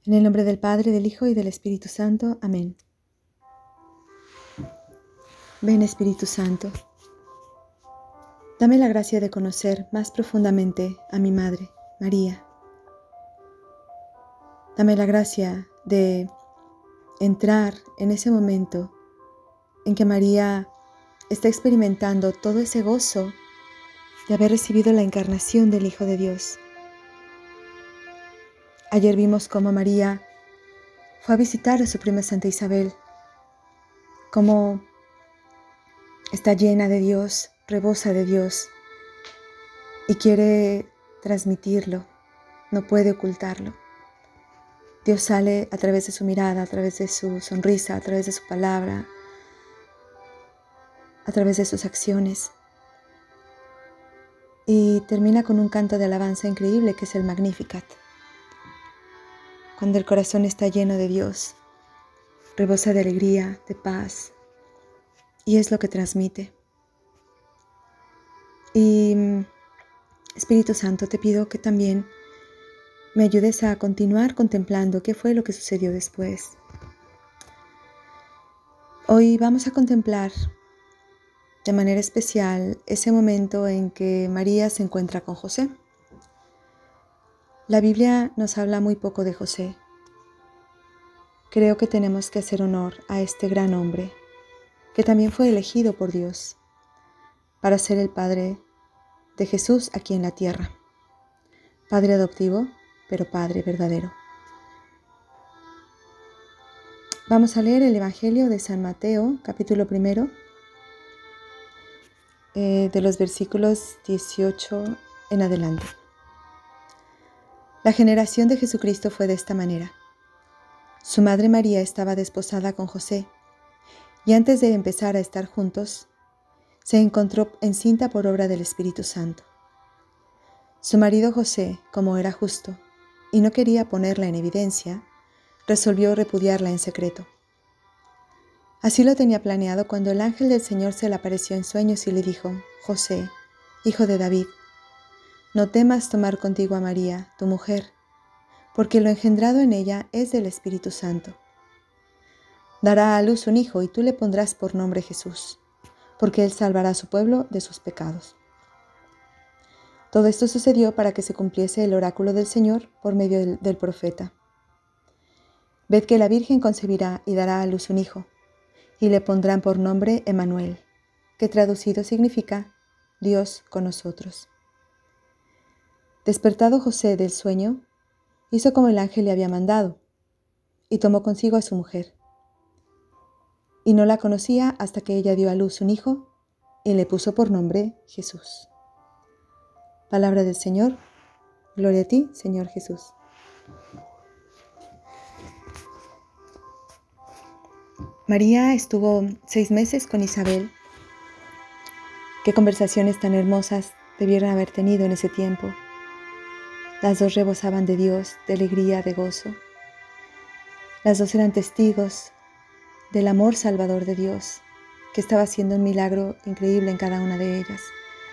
En el nombre del Padre, del Hijo y del Espíritu Santo. Amén. Ven, Espíritu Santo, dame la gracia de conocer más profundamente a mi Madre, María. Dame la gracia de entrar en ese momento en que María está experimentando todo ese gozo de haber recibido la encarnación del Hijo de Dios. Ayer vimos cómo María fue a visitar a su prima Santa Isabel, cómo está llena de Dios, rebosa de Dios y quiere transmitirlo, no puede ocultarlo. Dios sale a través de su mirada, a través de su sonrisa, a través de su palabra, a través de sus acciones. Y termina con un canto de alabanza increíble que es el Magnificat. Cuando el corazón está lleno de Dios, rebosa de alegría, de paz, y es lo que transmite. Y Espíritu Santo, te pido que también me ayudes a continuar contemplando qué fue lo que sucedió después. Hoy vamos a contemplar de manera especial ese momento en que María se encuentra con José. La Biblia nos habla muy poco de José. Creo que tenemos que hacer honor a este gran hombre, que también fue elegido por Dios para ser el Padre de Jesús aquí en la tierra. Padre adoptivo, pero Padre verdadero. Vamos a leer el Evangelio de San Mateo, capítulo 1, de los versículos 18 en adelante. La generación de Jesucristo fue de esta manera. Su madre María estaba desposada con José, y antes de empezar a estar juntos, se encontró encinta por obra del Espíritu Santo. Su marido José, como era justo, y no quería ponerla en evidencia, resolvió repudiarla en secreto. Así lo tenía planeado cuando el ángel del Señor se le apareció en sueños y le dijo: José, hijo de David, no temas tomar contigo a María, tu mujer, porque lo engendrado en ella es del Espíritu Santo. Dará a luz un hijo y tú le pondrás por nombre Jesús, porque él salvará a su pueblo de sus pecados. Todo esto sucedió para que se cumpliese el oráculo del Señor por medio del profeta. Ved que la Virgen concebirá y dará a luz un hijo, y le pondrán por nombre Emmanuel, que traducido significa Dios con nosotros. Despertado José del sueño, hizo como el ángel le había mandado, y tomó consigo a su mujer. Y no la conocía hasta que ella dio a luz un hijo, y le puso por nombre Jesús. Palabra del Señor. Gloria a ti, Señor Jesús. María estuvo 6 meses con Isabel. Qué conversaciones tan hermosas debieron haber tenido en ese tiempo. Las dos rebosaban de Dios, de alegría, de gozo. Las dos eran testigos del amor salvador de Dios, que estaba haciendo un milagro increíble en cada una de ellas.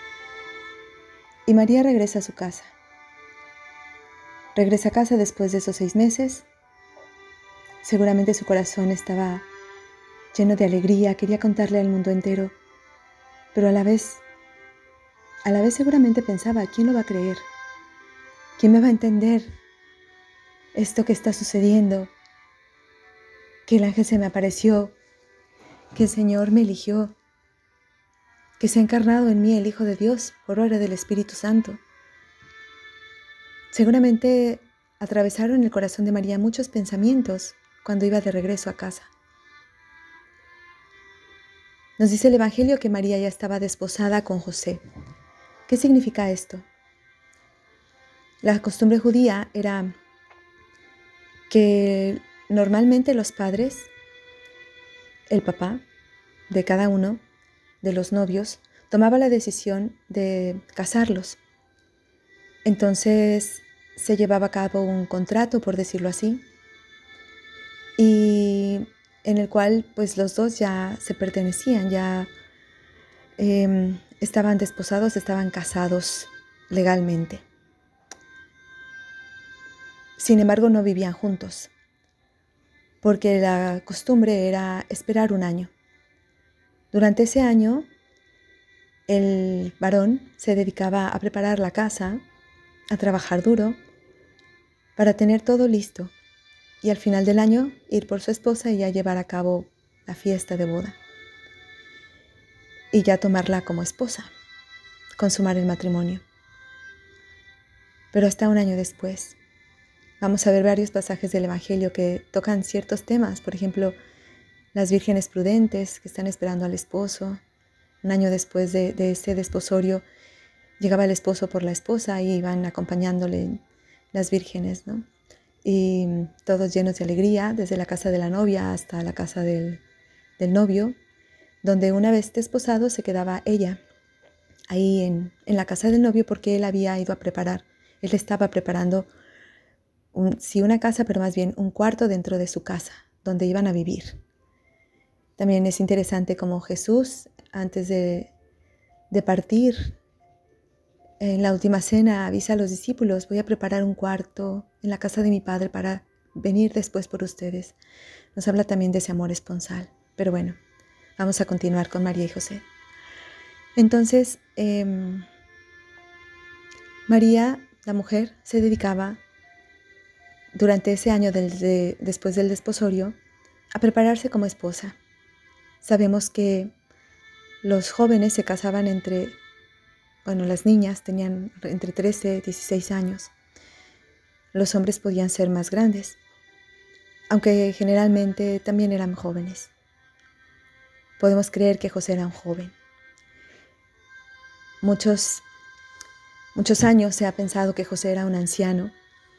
Y María regresa a su casa. Regresa a casa después de esos 6 meses. Seguramente su corazón estaba lleno de alegría, quería contarle al mundo entero, pero a la vez seguramente pensaba: ¿quién lo va a creer? ¿Quién me va a entender esto que está sucediendo? Que el ángel se me apareció, que el Señor me eligió, que se ha encarnado en mí el Hijo de Dios por obra del Espíritu Santo. Seguramente atravesaron el corazón de María muchos pensamientos cuando iba de regreso a casa. Nos dice el Evangelio que María ya estaba desposada con José. ¿Qué significa esto? La costumbre judía era que normalmente los padres, el papá de cada uno de los novios, tomaba la decisión de casarlos. Entonces se llevaba a cabo un contrato, por decirlo así, y en el cual pues los dos ya se pertenecían, ya estaban desposados, estaban casados legalmente. Sin embargo, no vivían juntos, porque la costumbre era esperar un año. Durante ese año, el varón se dedicaba a preparar la casa, a trabajar duro, para tener todo listo, y al final del año ir por su esposa y ya llevar a cabo la fiesta de boda, y ya tomarla como esposa, consumar el matrimonio. Pero hasta un año después, vamos a ver varios pasajes del Evangelio que tocan ciertos temas, por ejemplo, las vírgenes prudentes que están esperando al esposo. Un año después de ese desposorio, llegaba el esposo por la esposa y iban acompañándole las vírgenes, ¿no? Y todos llenos de alegría, desde la casa de la novia hasta la casa del novio, donde una vez desposado se quedaba ella ahí en la casa del novio porque él había ido a preparar, él estaba preparando sí una casa, pero más bien un cuarto dentro de su casa, donde iban a vivir. También es interesante cómo Jesús, antes de partir, en la última cena avisa a los discípulos: voy a preparar un cuarto en la casa de mi Padre para venir después por ustedes. Nos habla también de ese amor esponsal. Pero bueno, vamos a continuar con María y José. Entonces, María, la mujer, se dedicaba durante ese año después del desposorio a prepararse como esposa. Sabemos que los jóvenes se casaban las niñas tenían entre 13 y 16 años. Los hombres podían ser más grandes, aunque generalmente también eran jóvenes. Podemos creer que José era un joven. Muchos años se ha pensado que José era un anciano,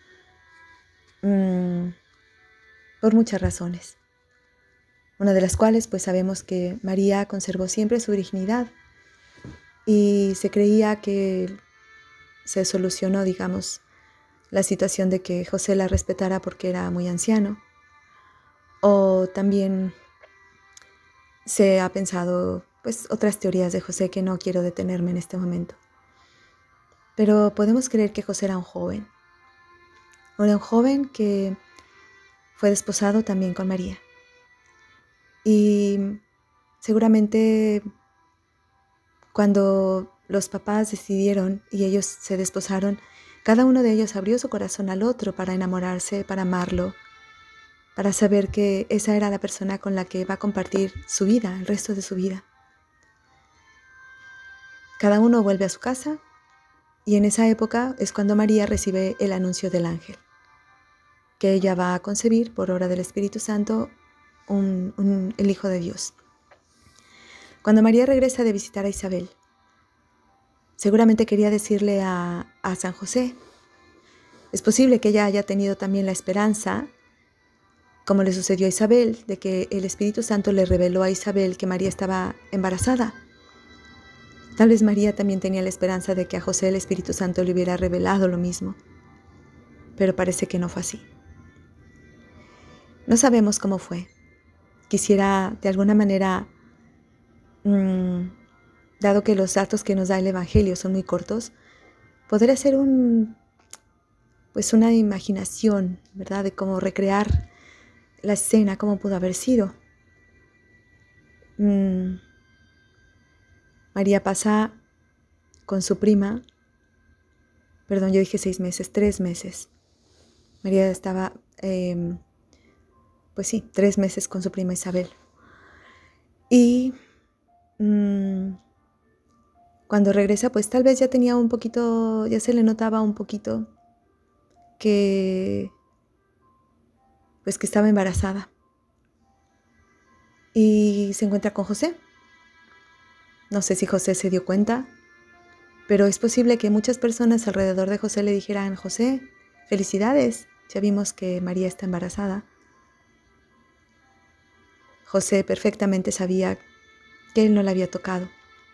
por muchas razones. Una de las cuales, pues sabemos que María conservó siempre su virginidad y se creía que se solucionó, digamos, la situación de que José la respetara porque era muy anciano. O también se ha pensado, pues, otras teorías de José que no quiero detenerme en este momento. Pero podemos creer que José era un joven. Era un joven que fue desposado también con María. Y seguramente cuando los papás decidieron y ellos se desposaron, cada uno de ellos abrió su corazón al otro para enamorarse, para amarlo, para saber que esa era la persona con la que va a compartir su vida, el resto de su vida. Cada uno vuelve a su casa y en esa época es cuando María recibe el anuncio del ángel, que ella va a concebir por obra del Espíritu Santo el Hijo de Dios. Cuando María regresa de visitar a Isabel, seguramente quería decirle a San José. Es posible que ella haya tenido también la esperanza, como le sucedió a Isabel, de que el Espíritu Santo le reveló a Isabel que María estaba embarazada. Tal vez María también tenía la esperanza de que a José el Espíritu Santo le hubiera revelado lo mismo, pero parece que no fue así. No sabemos cómo fue. Quisiera de alguna manera, dado que los datos que nos da el Evangelio son muy cortos, poder hacer una imaginación, ¿verdad?, de cómo recrear la escena, cómo pudo haber sido. María pasa con su prima, yo dije 6 meses, 3 meses. María estaba, 3 meses con su prima Isabel. Y cuando regresa, pues tal vez ya tenía un poquito, ya se le notaba un poquito que estaba embarazada. Y se encuentra con José. No sé si José se dio cuenta, pero es posible que muchas personas alrededor de José le dijeran: José, felicidades, ya vimos que María está embarazada. José perfectamente sabía que él no la había tocado.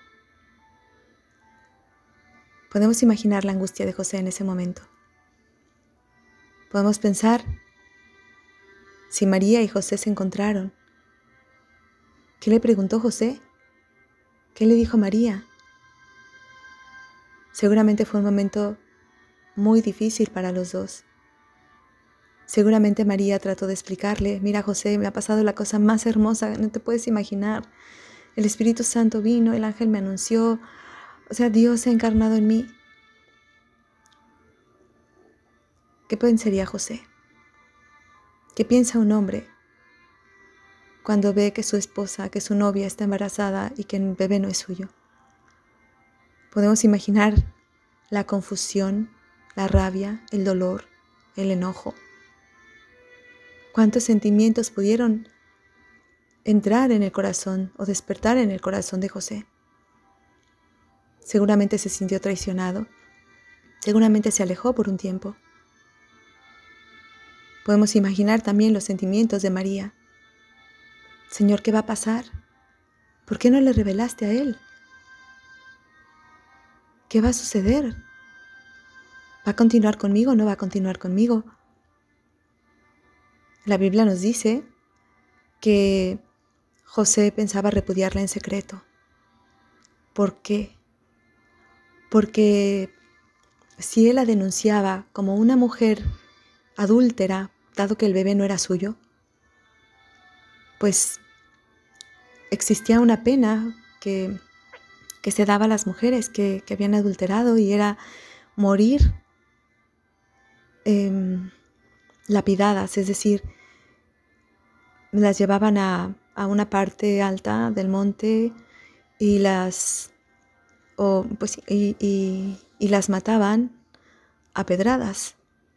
Podemos imaginar la angustia de José en ese momento. Podemos pensar, si María y José se encontraron, ¿qué le preguntó José? ¿Qué le dijo María? Seguramente fue un momento muy difícil para los dos. Seguramente María trató de explicarle, mira José, me ha pasado la cosa más hermosa, no te puedes imaginar. El Espíritu Santo vino, el ángel me anunció, o sea, Dios se ha encarnado en mí. ¿Qué pensaría José? ¿Qué piensa un hombre cuando ve que su esposa, que su novia está embarazada y que el bebé no es suyo? Podemos imaginar la confusión, la rabia, el dolor, el enojo. ¿Cuántos sentimientos pudieron entrar en el corazón o despertar en el corazón de José? Seguramente se sintió traicionado, seguramente se alejó por un tiempo. Podemos imaginar también los sentimientos de María. Señor, ¿qué va a pasar? ¿Por qué no le revelaste a él? ¿Qué va a suceder? ¿Va a continuar conmigo o no va a continuar conmigo? La Biblia nos dice que José pensaba repudiarla en secreto. ¿Por qué? Porque si él la denunciaba como una mujer adúltera, dado que el bebé no era suyo, pues existía una pena que se daba a las mujeres que habían adulterado y era morir lapidadas, es decir, las llevaban a una parte alta del monte y las mataban a pedradas.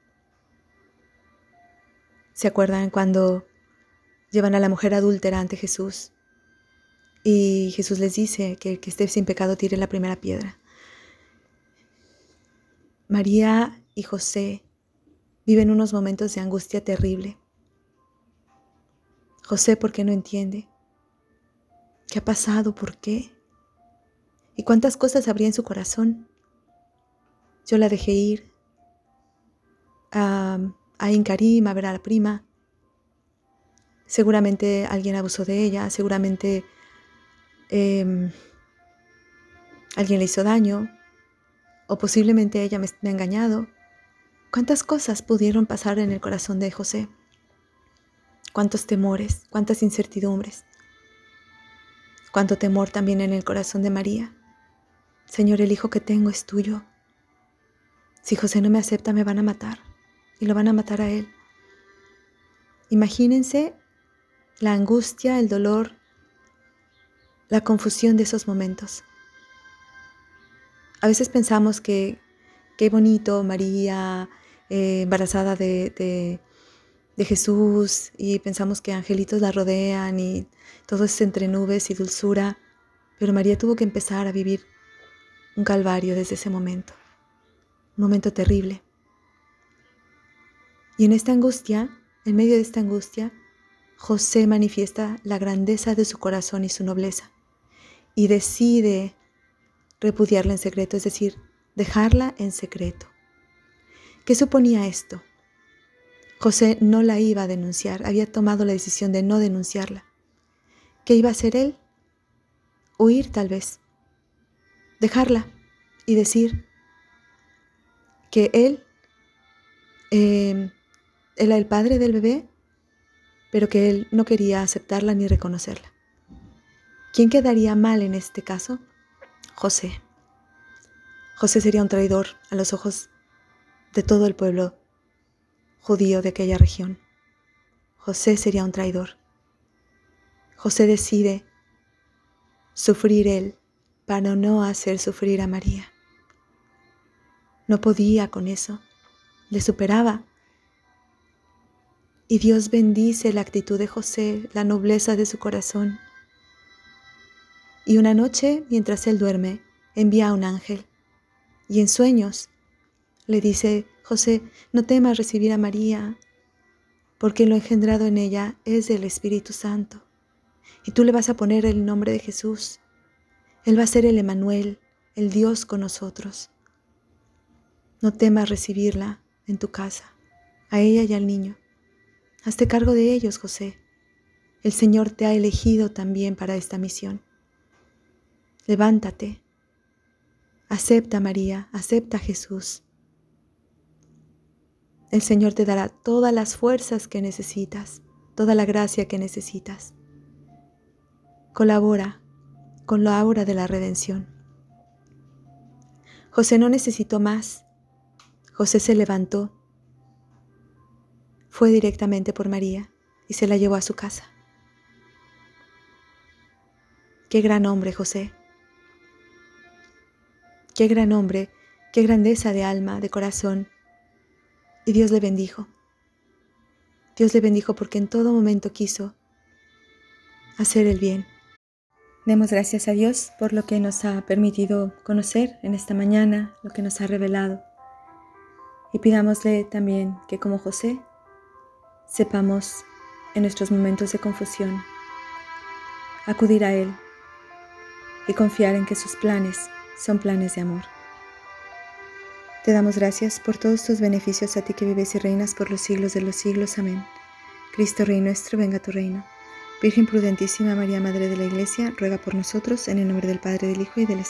¿Se acuerdan cuando llevan a la mujer adúltera ante Jesús? Y Jesús les dice que el que esté sin pecado tire la primera piedra. María y José viven unos momentos de angustia terrible. José, ¿por qué no entiende? ¿Qué ha pasado? ¿Por qué? ¿Y cuántas cosas habría en su corazón? Yo la dejé ir a Ain Karim a ver a la prima. Seguramente alguien abusó de ella, seguramente alguien le hizo daño, o posiblemente ella me ha engañado. ¿Cuántas cosas pudieron pasar en el corazón de José? ¿Cuántos temores, cuántas incertidumbres? ¿Cuánto temor también en el corazón de María? Señor, el hijo que tengo es tuyo. Si José no me acepta, me van a matar, y lo van a matar a él. Imagínense la angustia, el dolor, la confusión de esos momentos. A veces pensamos que qué bonito María, embarazada de Jesús, y pensamos que angelitos la rodean y todo es entre nubes y dulzura, pero María tuvo que empezar a vivir un calvario desde ese momento, un momento terrible. Y en esta angustia, en medio de esta angustia, José manifiesta la grandeza de su corazón y su nobleza y decide repudiarla en secreto, es decir, dejarla en secreto. ¿Qué suponía esto? José no la iba a denunciar, había tomado la decisión de no denunciarla. ¿Qué iba a hacer él? Huir tal vez, dejarla y decir que él era el padre del bebé, pero que él no quería aceptarla ni reconocerla. ¿Quién quedaría mal en este caso? José. José sería un traidor a los ojos de todo el pueblo judío de aquella región. José sería un traidor. José decide sufrir él para no hacer sufrir a María. No podía con eso, le superaba. Y Dios bendice la actitud de José, la nobleza de su corazón. Y una noche, mientras él duerme, envía a un ángel. Y en sueños le dice: José, no temas recibir a María, porque lo engendrado en ella es del Espíritu Santo. Y tú le vas a poner el nombre de Jesús. Él va a ser el Emmanuel, el Dios con nosotros. No temas recibirla en tu casa, a ella y al niño. Hazte cargo de ellos, José. El Señor te ha elegido también para esta misión. Levántate. Acepta a María, acepta a Jesús. El Señor te dará todas las fuerzas que necesitas, toda la gracia que necesitas. Colabora con la obra de la redención. José no necesitó más. José se levantó, fue directamente por María y se la llevó a su casa. Qué gran hombre, José. Qué gran hombre, qué grandeza de alma, de corazón. Y Dios le bendijo. Dios le bendijo porque en todo momento quiso hacer el bien. Demos gracias a Dios por lo que nos ha permitido conocer en esta mañana, lo que nos ha revelado. Y pidámosle también que como José, sepamos en nuestros momentos de confusión acudir a Él y confiar en que sus planes son planes de amor. Te damos gracias por todos tus beneficios a ti que vives y reinas por los siglos de los siglos. Amén. Cristo Rey nuestro, venga a tu reino. Virgen prudentísima María, Madre de la Iglesia, ruega por nosotros en el nombre del Padre, del Hijo y del Espíritu.